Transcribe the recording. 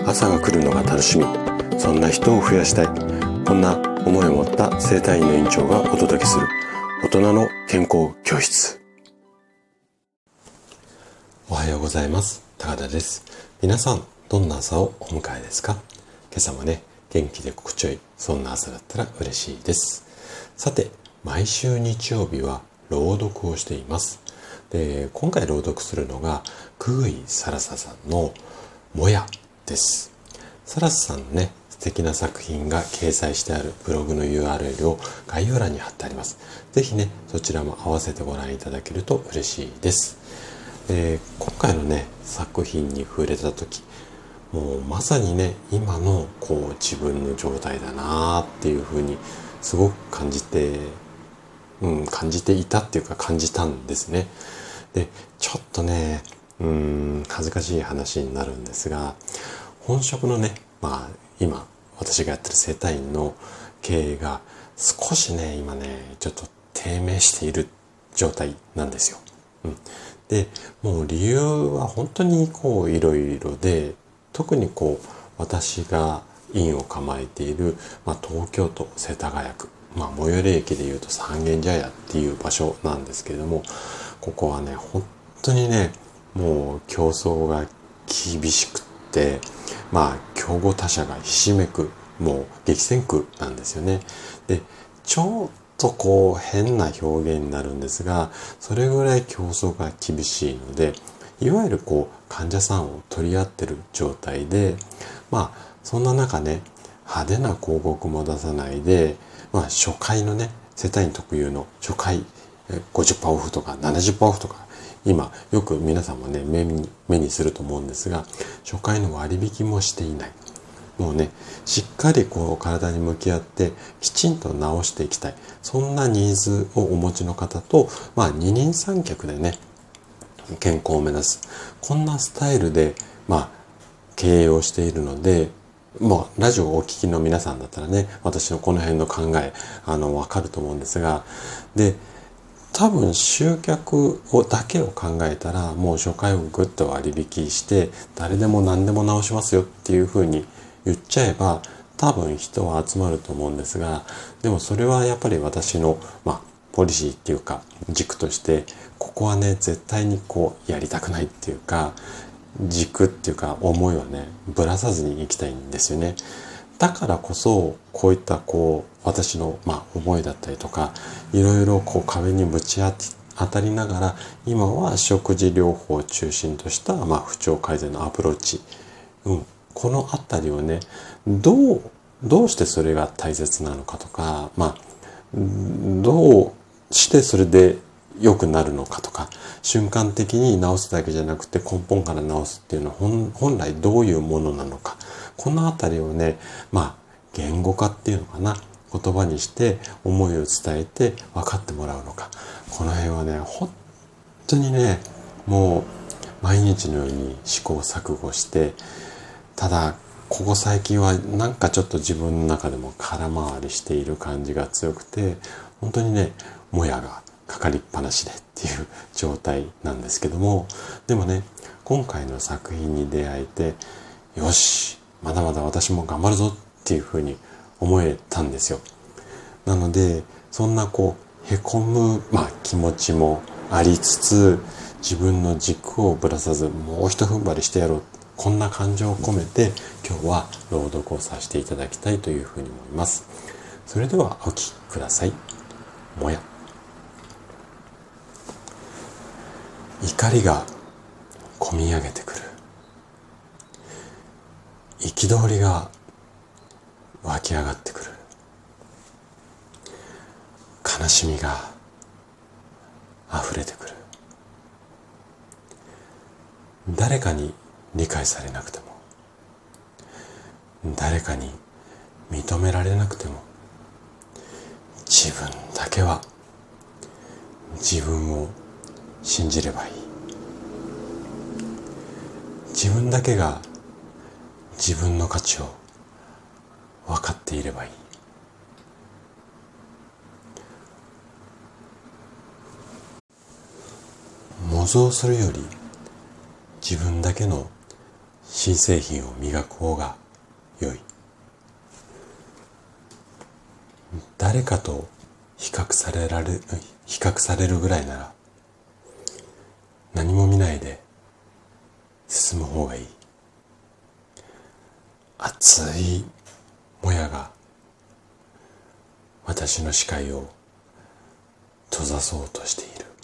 朝が来るのが楽しみ、そんな人を増やしたい、こんな思いを持った整体院の院長がお届けする大人の健康教室。おはようございます。高田です。皆さんどんな朝をお迎えですか？今朝もね、元気で心地よい、そんな朝だったら嬉しいです。さて、毎週日曜日は朗読をしています。で、今回朗読するのが久々井サラサさんのもやです。サラサさんのね、素敵な作品が掲載してあるブログの URL を概要欄に貼ってあります。ぜひね、そちらも合わせてご覧いただけると嬉しいです。今回のね、作品に触れた時、もうまさにね、今の自分の状態だなっていうふうにすごく感じていたっていうか感じたんですね。で、ちょっとね、恥ずかしい話になるんですが、本職のね、今私がやってる整体院の経営が少しね、今ね、ちょっと低迷している状態なんですよ。で、もう理由は本当にいろいろで、特に私が院を構えている、東京都世田谷区、最寄り駅でいうと三軒茶屋っていう場所なんですけれども、ここはね、本当にね、もう競争が厳しくって、競合他社がひしめく、もう激戦区なんですよね。で、ちょっと変な表現になるんですが、それぐらい競争が厳しいので、いわゆる患者さんを取り合ってる状態で、そんな中ね、派手な広告も出さないで、初回のね、世帯員特有の初回 50% オフとか 70% オフとか、今よく皆さんもね、目にすると思うんですが、初回の割引もしていない。もうね、しっかり体に向き合ってきちんと治していきたい。そんなニーズをお持ちの方と、二人三脚でね、健康を目指す。こんなスタイルで、経営をしているので、ラジオをお聞きの皆さんだったらね、私のこの辺の考え、わかると思うんですが、で、多分集客だけを考えたら、もう初回をぐっと割引して、誰でも何でも直しますよっていう風に言っちゃえば、多分人は集まると思うんですが、でもそれはやっぱり私の、ポリシーっていうか、軸として、ここはね、絶対にやりたくないっていうか、軸っていうか思いはね、ぶらさずに行きたいんですよね。だからこそ、こういった私の思いだったりとか、いろいろ壁にぶち当たりながら、今は食事療法を中心とした不調改善のアプローチ。このあたりをね、どうしてそれが大切なのかとか、どうしてそれで良くなるのかとか、瞬間的に治すだけじゃなくて根本から治すっていうのは本来どういうものなのか、このあたりをね、言語化っていうのかな、言葉にして思いを伝えて分かってもらうのか、この辺はね、本当にね、もう毎日のように試行錯誤して、ただここ最近はなんかちょっと自分の中でも空回りしている感じが強くて、本当にね、もやがかかりっぱなしでっていう状態なんですけども、でもね、今回の作品に出会えて、よし、まだまだ私も頑張るぞっていうふうに思えたんですよ。なので、そんなへこむ、気持ちもありつつ、自分の軸をぶらさず、もう一踏ん張りしてやろう。こんな感情を込めて、今日は朗読をさせていただきたいというふうに思います。それではお聞きください。もや。怒りがこみ上げてくる。憤りが湧き上がってくる。悲しみが溢れてくる。誰かに理解されなくても、誰かに認められなくても、自分だけは自分を信じればいい。自分だけが自分の価値を分かっていればいい。模造するより自分だけの新製品を磨く方が良い。誰かと比較されるぐらいなら何も見ないで進む方がいい。熱いもやが私の視界を閉ざそうとしている。